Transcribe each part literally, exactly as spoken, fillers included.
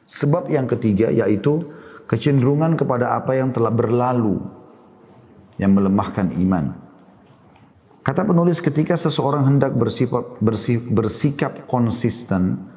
Sebab yang ketiga yaitu kecenderungan kepada apa yang telah berlalu yang melemahkan iman. Kata penulis, ketika seseorang hendak bersifat, bersif, bersikap konsisten,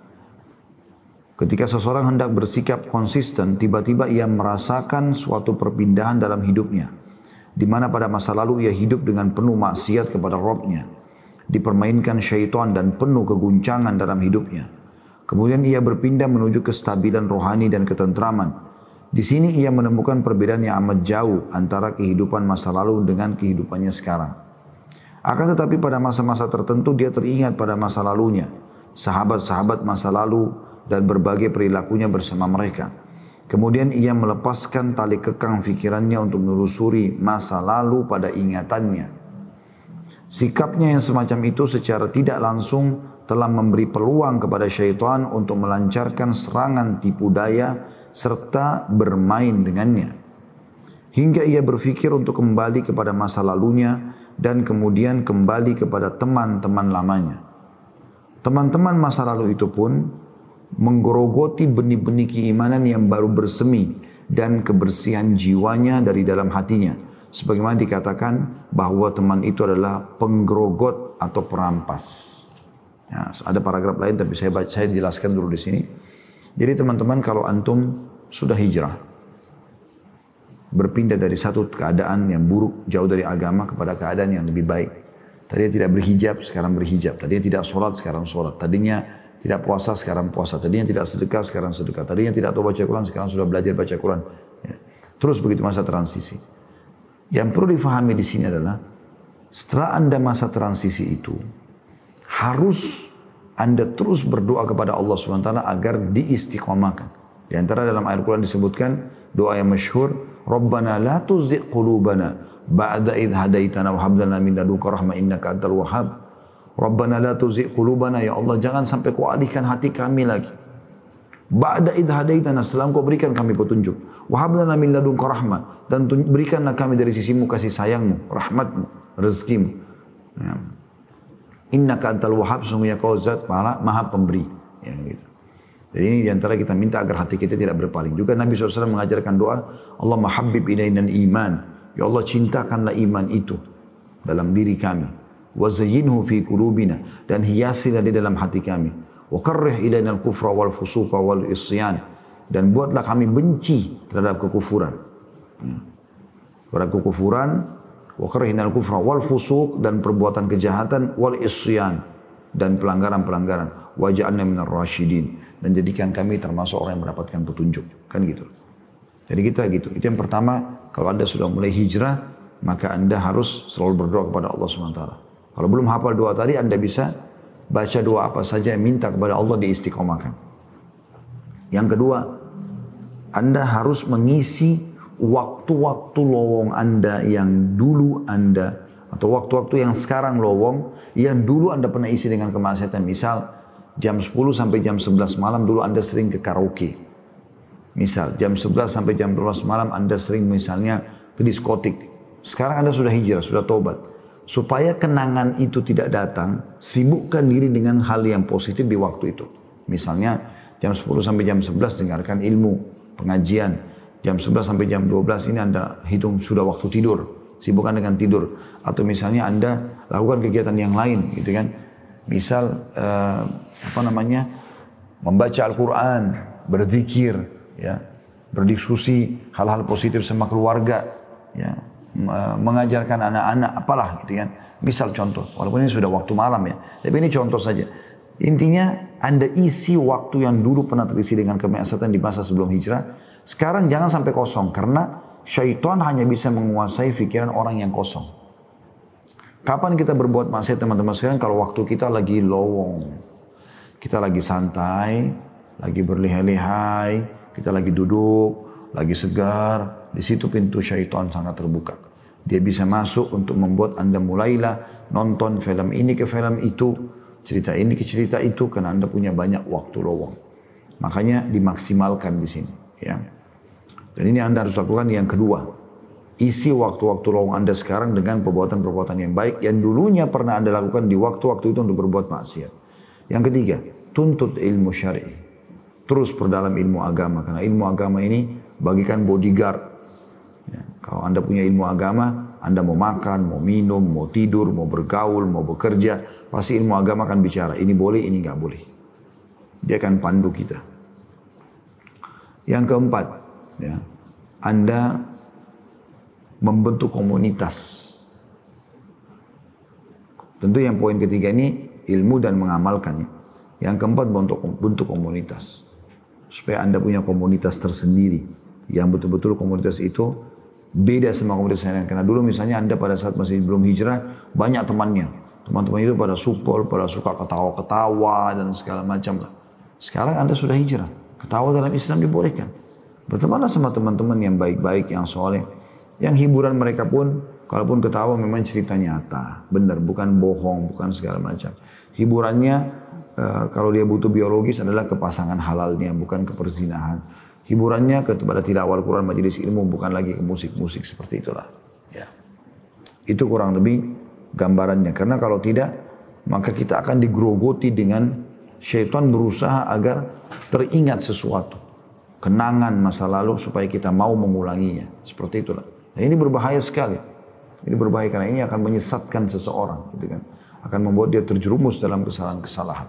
ketika seseorang hendak bersikap konsisten, tiba-tiba ia merasakan suatu perpindahan dalam hidupnya, di mana pada masa lalu ia hidup dengan penuh maksiat kepada Rabb-Nya, dipermainkan syaitan dan penuh keguncangan dalam hidupnya. Kemudian ia berpindah menuju kestabilan rohani dan ketentraman. Di sini ia menemukan perbedaan yang amat jauh antara kehidupan masa lalu dengan kehidupannya sekarang. Akan tetapi pada masa-masa tertentu dia teringat pada masa lalunya, sahabat-sahabat masa lalu dan berbagai perilakunya bersama mereka. Kemudian ia melepaskan tali kekang fikirannya untuk menelusuri masa lalu pada ingatannya. Sikapnya yang semacam itu secara tidak langsung telah memberi peluang kepada syaitan untuk melancarkan serangan tipu daya serta bermain dengannya. Hingga ia berfikir untuk kembali kepada masa lalunya dan kemudian kembali kepada teman-teman lamanya. Teman-teman masa lalu itu pun menggerogoti benih-benih keimanan yang baru bersemi dan kebersihan jiwanya dari dalam hatinya. Sebagaimana dikatakan bahwa teman itu adalah penggerogot atau perampas. Ya, ada paragraf lain tapi saya baca, saya jelaskan dulu di sini. Jadi teman-teman, kalau antum sudah hijrah, berpindah dari satu keadaan yang buruk, jauh dari agama kepada keadaan yang lebih baik. Tadinya tidak berhijab, sekarang berhijab. Tadinya tidak sholat, sekarang sholat. Tadinya tidak puasa, sekarang puasa. Tadinya tidak sedekah, sekarang sedekah. Tadinya tidak tahu baca Quran, sekarang sudah belajar baca Quran. Ya. Terus begitu masa transisi. Yang perlu difahami di sini adalah, setelah Anda masa transisi itu, harus Anda terus berdoa kepada Allah subhanahu wa taala agar diistiqomahkan. Di antara dalam ayat Quran disebutkan doa yang masyhur, Rabbana la tuzigh qulubana ba'da idh hadaitana wa hab lana min ladunka rahmah innaka antal wahhab. Rabbana la tuzigh qulubana, ya Allah jangan sampai kau alihkan hati kami lagi. Ba'da idh hadaitana, setelah kau berikan kami petunjuk. Wa hab lana min ladunka rahmah, dan berikanlah kami dari sisimu kasih sayangmu, rahmatmu, rezekimu. Ya. Innaka antal wahhab, sungguhnya kau zat maha pemberi. Ya, gitu. Jadi ini diantara kita minta agar hati kita tidak berpaling. Juga Nabi shallallahu alaihi wasallam mengajarkan doa, Allahumma habbib ilaina iman. Ya Allah cintakanlah iman itu dalam diri kami. Wa zayyinhu fi qulubina, dan hiasilah di dalam hati kami. Wa karrih ilaina al-kufra wal fusuqa wal isyan, dan buatlah kami benci terhadap kekufuran. Ya. Terhadap kekufuran, wa karrihna al-kufra wal fusuq, dan perbuatan kejahatan, wal isyan, dan pelanggaran-pelanggaran. Waj'alna minar rasyidin, dan jadikan kami termasuk orang yang mendapatkan petunjuk. Kan gitu. Jadi kita gitu. Itu yang pertama, kalau Anda sudah mulai hijrah, maka Anda harus selalu berdoa kepada Allah subhanahu wa taala. Kalau belum hafal doa tadi, Anda bisa baca doa apa saja yang minta kepada Allah diistiqomahkan. Yang kedua, Anda harus mengisi waktu-waktu lowong Anda yang dulu Anda, atau waktu-waktu yang sekarang lowong, yang dulu Anda pernah isi dengan kemaksiatan. Misal, jam sepuluh sampai jam sebelas malam dulu Anda sering ke karaoke. Misal, jam sebelas sampai jam dua belas malam Anda sering misalnya ke diskotik. Sekarang Anda sudah hijrah, sudah tobat. Supaya kenangan itu tidak datang, sibukkan diri dengan hal yang positif di waktu itu. Misalnya, jam sepuluh sampai jam sebelas dengarkan ilmu, pengajian. Jam sebelas sampai jam dua belas ini Anda hitung sudah waktu tidur. Sibukkan dengan tidur. Atau misalnya Anda lakukan kegiatan yang lain, gitu kan. Misal, uh, apa namanya, membaca Al-Quran, berzikir, ya, berdiskusi hal-hal positif sama keluarga, ya, mengajarkan anak-anak, apalah gitu kan. Misal contoh, walaupun ini sudah waktu malam ya, tapi ini contoh saja. Intinya Anda isi waktu yang dulu pernah terisi dengan kemaksiatan di masa sebelum hijrah. Sekarang jangan sampai kosong, karena syaitan hanya bisa menguasai pikiran orang yang kosong. Kapan kita berbuat maksiat teman-teman sekalian? Kalau waktu kita lagi lowong, kita lagi santai, lagi berlihai-lihai, kita lagi duduk, lagi segar. Di situ pintu syaitan sangat terbuka. Dia bisa masuk untuk membuat Anda mulailah nonton film ini ke film itu, cerita ini ke cerita itu, karena Anda punya banyak waktu lowong. Makanya dimaksimalkan di sini. Ya. Dan ini Anda harus lakukan yang kedua. Isi waktu-waktu lowong Anda sekarang dengan perbuatan-perbuatan yang baik yang dulunya pernah Anda lakukan di waktu-waktu itu untuk berbuat maksiat. Yang ketiga, tuntut ilmu syar'i. terus perdalam ilmu agama. Karena ilmu agama ini bagikan bodyguard. Ya, kalau Anda punya ilmu agama, Anda mau makan, mau minum, mau tidur, mau bergaul, mau bekerja, pasti ilmu agama akan bicara. Ini boleh, ini nggak boleh. Dia akan pandu kita. Yang keempat, ya, Anda membentuk komunitas. Tentu yang poin ketiga ini ilmu dan mengamalkannya. Yang keempat bentuk, bentuk komunitas. Supaya Anda punya komunitas tersendiri. Yang betul-betul komunitas itu beda sama komunitas yang lain. Karena dulu misalnya Anda pada saat masih belum hijrah, banyak temannya. Teman-teman itu pada support, pada suka ketawa-ketawa dan segala macam lah. Sekarang Anda sudah hijrah. Ketawa dalam Islam dibolehkan. Bertemanlah sama teman-teman yang baik-baik, yang soleh. Yang hiburan mereka pun, kalaupun ketawa memang cerita nyata. Benar, bukan bohong, bukan segala macam. Hiburannya, uh, kalau dia butuh biologis adalah ke pasangan halalnya, bukan ke perzinahan. Hiburannya kepada tilawah Al-Quran, majelis ilmu, bukan lagi ke musik-musik seperti itulah. Ya. Itu kurang lebih gambarannya. Karena kalau tidak, maka kita akan digerogoti dengan syaitan berusaha agar teringat sesuatu. Kenangan masa lalu supaya kita mau mengulanginya. Seperti itulah. Nah, ini berbahaya sekali. Ini berbahaya karena ini akan menyesatkan seseorang. Gitu kan. Akan membuat dia terjerumus dalam kesalahan-kesalahan.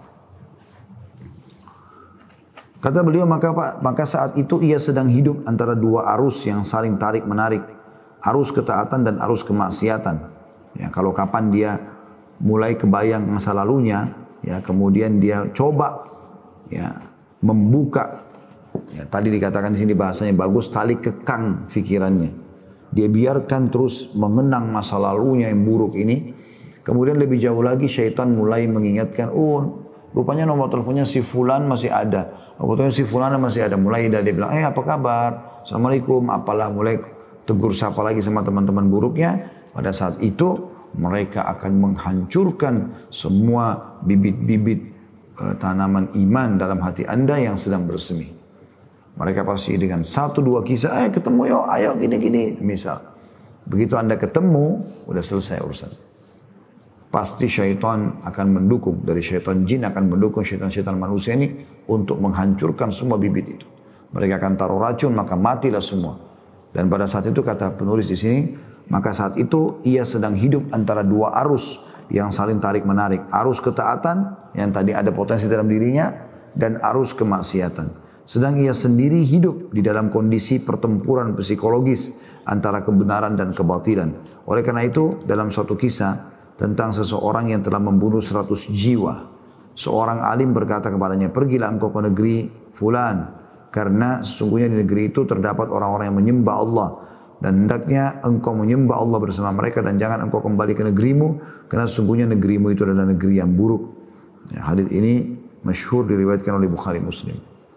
Kata beliau, maka, maka saat itu ia sedang hidup antara dua arus yang saling tarik-menarik. Arus ketaatan dan arus kemaksiatan. Ya, kalau kapan dia mulai kebayang masa lalunya, ya, kemudian dia coba ya, membuka. Ya, tadi dikatakan di sini bahasanya bagus, tali kekang pikirannya. Dia biarkan terus mengenang masa lalunya yang buruk ini. Kemudian lebih jauh lagi syaitan mulai mengingatkan, oh rupanya nomor teleponnya si Fulan masih ada. Rupanya si Fulan masih ada. Mulai dia bilang, eh apa kabar? Assalamualaikum, apalah. Mulai tegur sapa lagi sama teman-teman buruknya. Pada saat itu mereka akan menghancurkan semua bibit-bibit uh, tanaman iman dalam hati Anda yang sedang bersemi. Mereka pasti dengan satu dua kisah, eh ketemu yuk, ayo gini-gini. Misal, begitu Anda ketemu, udah selesai urusan. Pasti syaitan akan mendukung, dari syaitan jin akan mendukung syaitan-syaitan manusia ini untuk menghancurkan semua bibit itu. Mereka akan taruh racun, maka matilah semua. Dan pada saat itu kata penulis di sini, maka saat itu ia sedang hidup antara dua arus yang saling tarik-menarik. Arus ketaatan yang tadi ada potensi dalam dirinya dan arus kemaksiatan. Sedang ia sendiri hidup di dalam kondisi pertempuran psikologis antara kebenaran dan kebatilan. Oleh karena itu, dalam suatu kisah tentang seseorang yang telah membunuh seratus jiwa, seorang alim berkata kepadanya, pergilah engkau ke negeri fulan, karena sesungguhnya di negeri itu terdapat orang-orang yang menyembah Allah, dan hendaknya engkau menyembah Allah bersama mereka, dan jangan engkau kembali ke negerimu, karena sesungguhnya negerimu itu adalah negeri yang buruk. Ya, hadits ini masyhur diriwayatkan oleh Bukhari Muslim.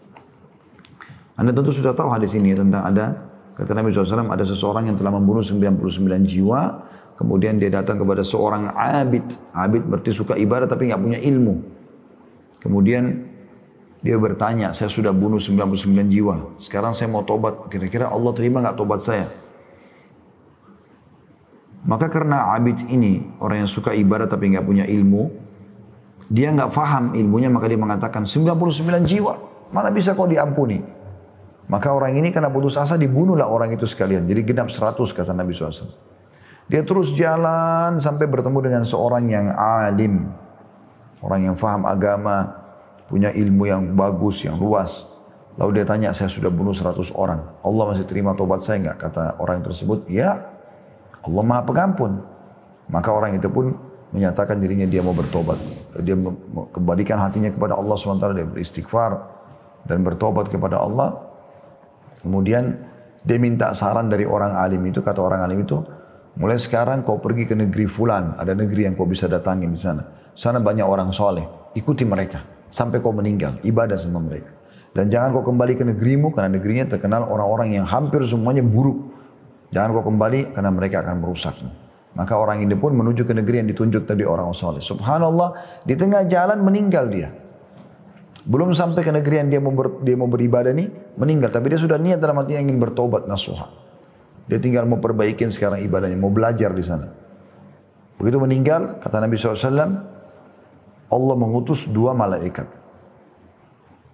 Anda tentu sudah tahu hadis ini tentang ada, kata Nabi shallallahu alaihi wasallam, ada seseorang yang telah membunuh sembilan puluh sembilan jiwa, kemudian dia datang kepada seorang abid. Abid berarti suka ibadah tapi nggak punya ilmu. Kemudian dia bertanya, saya sudah bunuh sembilan puluh sembilan jiwa, sekarang saya mau tobat, kira-kira Allah terima nggak tobat saya? Maka karena abid ini, orang yang suka ibadah tapi nggak punya ilmu, dia nggak faham ilmunya, maka dia mengatakan, sembilan puluh sembilan jiwa, mana bisa kau diampuni? Maka orang ini karena putus asa dibunuhlah orang itu sekalian. Jadi genap seratus kata Nabi shallallahu alaihi wasallam. Dia terus jalan sampai bertemu dengan seorang yang alim. Orang yang faham agama, punya ilmu yang bagus, yang luas. Lalu dia tanya, saya sudah bunuh seratus orang. Allah masih terima tobat saya enggak? Kata orang tersebut, ya Allah maha pengampun. Maka orang itu pun menyatakan dirinya dia mau bertobat. Dia kembalikan hatinya kepada Allah subhanahu wa taala, dia beristighfar dan bertobat kepada Allah. Kemudian dia minta saran dari orang alim itu, kata orang alim itu, mulai sekarang kau pergi ke negeri fulan, ada negeri yang kau bisa datangi di sana. Sana banyak orang soleh, ikuti mereka sampai kau meninggal, ibadah sama mereka. Dan jangan kau kembali ke negerimu karena negerinya terkenal orang-orang yang hampir semuanya buruk. Jangan kau kembali karena mereka akan merusaknya. Maka orang ini pun menuju ke negeri yang ditunjuk tadi orang soleh. Subhanallah, di tengah jalan meninggal dia. Belum sampai ke negeri yang dia mau, ber, dia mau beribadah nih, meninggal. Tapi dia sudah niat dalam hatinya ingin bertobat nasuha. Dia tinggal mau perbaikin sekarang ibadahnya, mau belajar di sana. Begitu meninggal, kata Nabi shallallahu alaihi wasallam, Allah mengutus dua malaikat.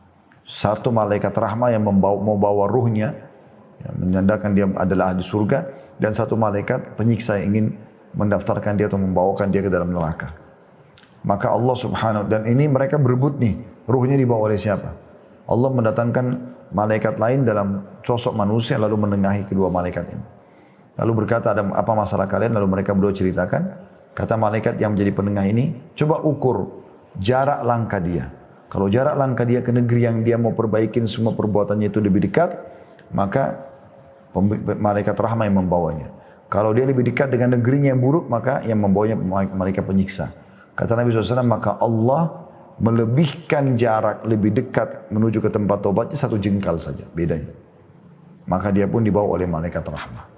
Satu malaikat rahmah yang membawa, membawa ruhnya, yang menandakan dia adalah ahli surga, dan satu malaikat penyiksa yang ingin mendaftarkan dia atau membawakan dia ke dalam neraka. Maka Allah subhanahu, dan ini mereka berebut nih, ruhnya dibawa oleh siapa? Allah mendatangkan malaikat lain dalam sosok manusia lalu menengahi kedua malaikat ini. Lalu berkata, ada apa masalah kalian? Lalu mereka berdua ceritakan. Kata malaikat yang menjadi penengah ini, coba ukur jarak langkah dia. Kalau jarak langkah dia ke negeri yang dia mau perbaikin semua perbuatannya itu lebih dekat, maka malaikat rahmah yang membawanya. Kalau dia lebih dekat dengan negerinya yang buruk, maka yang membawanya malaikat penyiksa. Kata Nabi shallallahu alaihi wasallam, maka Allah melebihkan jarak lebih dekat menuju ke tempat taubatnya satu jengkal saja, bedanya. Maka dia pun dibawa oleh malaikat rahmah.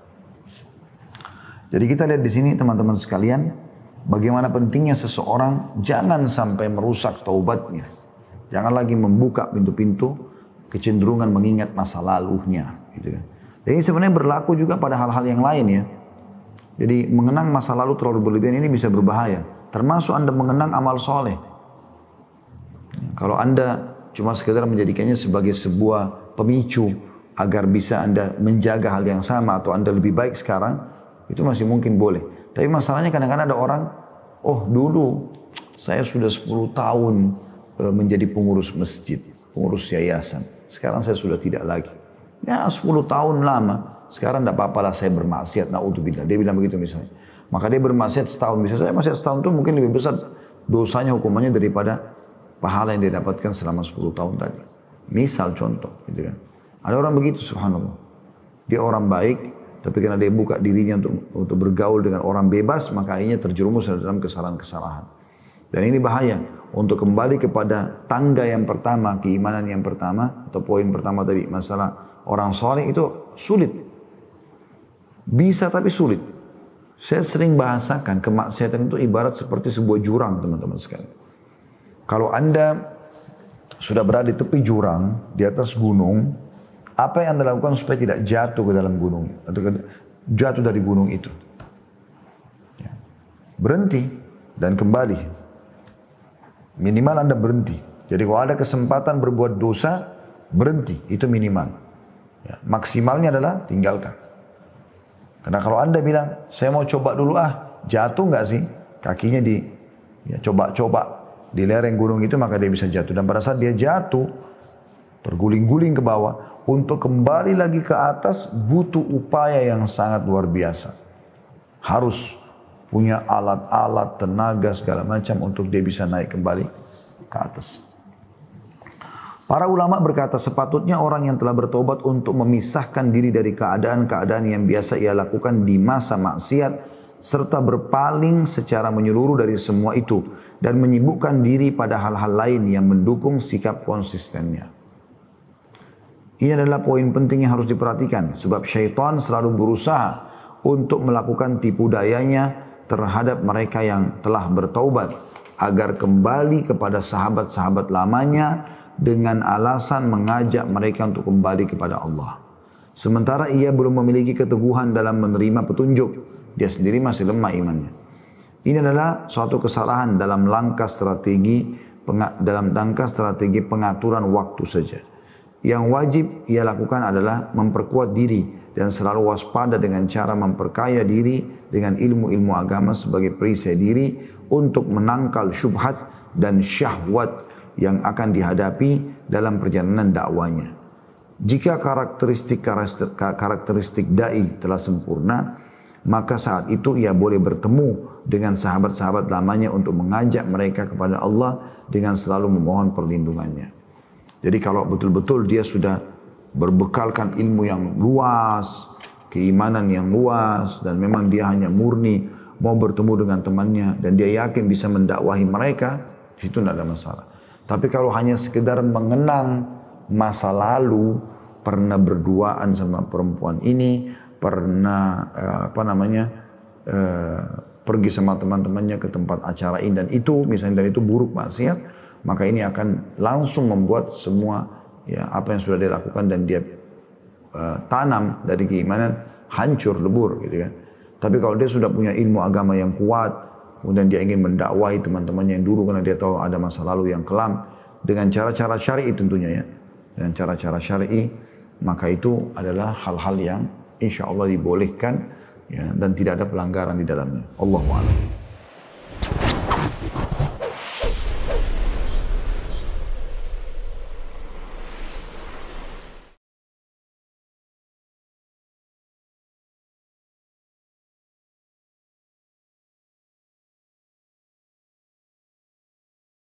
Jadi kita lihat di sini teman-teman sekalian, bagaimana pentingnya seseorang jangan sampai merusak taubatnya. Jangan lagi membuka pintu-pintu kecenderungan mengingat masa lalunya. Gitu kan. Jadi sebenarnya berlaku juga pada hal-hal yang lain ya. Jadi mengenang masa lalu terlalu berlebihan ini bisa berbahaya. Termasuk Anda mengenang amal soleh. Kalau Anda cuma sekedar menjadikannya sebagai sebuah pemicu agar bisa Anda menjaga hal yang sama atau Anda lebih baik sekarang, itu masih mungkin boleh. Tapi masalahnya kadang-kadang ada orang, oh dulu saya sudah sepuluh tahun menjadi pengurus masjid, pengurus yayasan. Sekarang saya sudah tidak lagi. Ya sepuluh tahun lama, sekarang tidak apa-apa lah saya bermaksiat, na'udzubillah. Dia bilang begitu misalnya. Maka dia bermaksiat setahun, bisa saya maksiat setahun itu mungkin lebih besar dosanya, hukumannya daripada pahala yang dia dapatkan selama sepuluh tahun tadi. Misal contoh, gitu kan. Ada orang begitu subhanallah. Dia orang baik, tapi karena dia buka dirinya untuk, untuk bergaul dengan orang bebas, maka akhirnya terjerumus dalam kesalahan-kesalahan. Dan ini bahaya. Untuk kembali kepada tangga yang pertama, keimanan yang pertama, atau poin pertama tadi, masalah orang soleh itu sulit. Bisa tapi sulit. Saya sering bahasakan, kemaksiatan itu ibarat seperti sebuah jurang teman-teman sekalian. Kalau Anda sudah berada di tepi jurang, di atas gunung, apa yang Anda lakukan supaya tidak jatuh ke dalam gunung, atau jatuh dari gunung itu? Berhenti dan kembali. Minimal Anda berhenti. Jadi kalau ada kesempatan berbuat dosa, berhenti. Itu minimal. Ya, maksimalnya adalah tinggalkan. Karena kalau Anda bilang, saya mau coba dulu ah, jatuh nggak sih? Kakinya di, ya coba-coba di lereng gunung itu, maka dia bisa jatuh. Dan pada saat dia jatuh, terguling-guling ke bawah, untuk kembali lagi ke atas, butuh upaya yang sangat luar biasa. Harus punya alat-alat, tenaga, segala macam untuk dia bisa naik kembali ke atas. Para ulama berkata, sepatutnya orang yang telah bertobat untuk memisahkan diri dari keadaan-keadaan yang biasa ia lakukan di masa maksiat, serta berpaling secara menyeluruh dari semua itu, dan menyibukkan diri pada hal-hal lain yang mendukung sikap konsistennya. Ini adalah poin penting yang harus diperhatikan, sebab syaitan selalu berusaha untuk melakukan tipu dayanya terhadap mereka yang telah bertaubat agar kembali kepada sahabat-sahabat lamanya dengan alasan mengajak mereka untuk kembali kepada Allah. Sementara ia belum memiliki keteguhan dalam menerima petunjuk, dia sendiri masih lemah imannya. Ini adalah suatu kesalahan dalam langkah strategi dalam langkah strategi pengaturan waktu saja. Yang wajib ia lakukan adalah memperkuat diri dan selalu waspada dengan cara memperkaya diri dengan ilmu-ilmu agama sebagai perisai diri untuk menangkal syubhat dan syahwat yang akan dihadapi dalam perjalanan dakwanya. Jika karakteristik karakteristik dai telah sempurna, maka saat itu ia boleh bertemu dengan sahabat-sahabat lamanya untuk mengajak mereka kepada Allah dengan selalu memohon perlindungannya. Jadi kalau betul-betul dia sudah berbekalkan ilmu yang luas, keimanan yang luas, dan memang dia hanya murni mau bertemu dengan temannya, dan dia yakin bisa mendakwahi mereka, itu tidak ada masalah. Tapi kalau hanya sekedar mengenang masa lalu, pernah berduaan sama perempuan ini, pernah uh, apa namanya uh, pergi sama teman-temannya ke tempat acara ini dan itu, misalnya dan itu buruk maksiat, maka ini akan langsung membuat semua ya apa yang sudah dia lakukan dan dia uh, tanam dari keimanan hancur lebur gitu kan. Tapi kalau dia sudah punya ilmu agama yang kuat, kemudian dia ingin mendakwahi teman-temannya yang dulu karena dia tahu ada masa lalu yang kelam dengan cara-cara syar'i tentunya ya. dengan cara-cara syar'i, maka itu adalah hal-hal yang insya Allah dibolehkan ya, dan tidak ada pelanggaran di dalamnya. Allahu a'lam.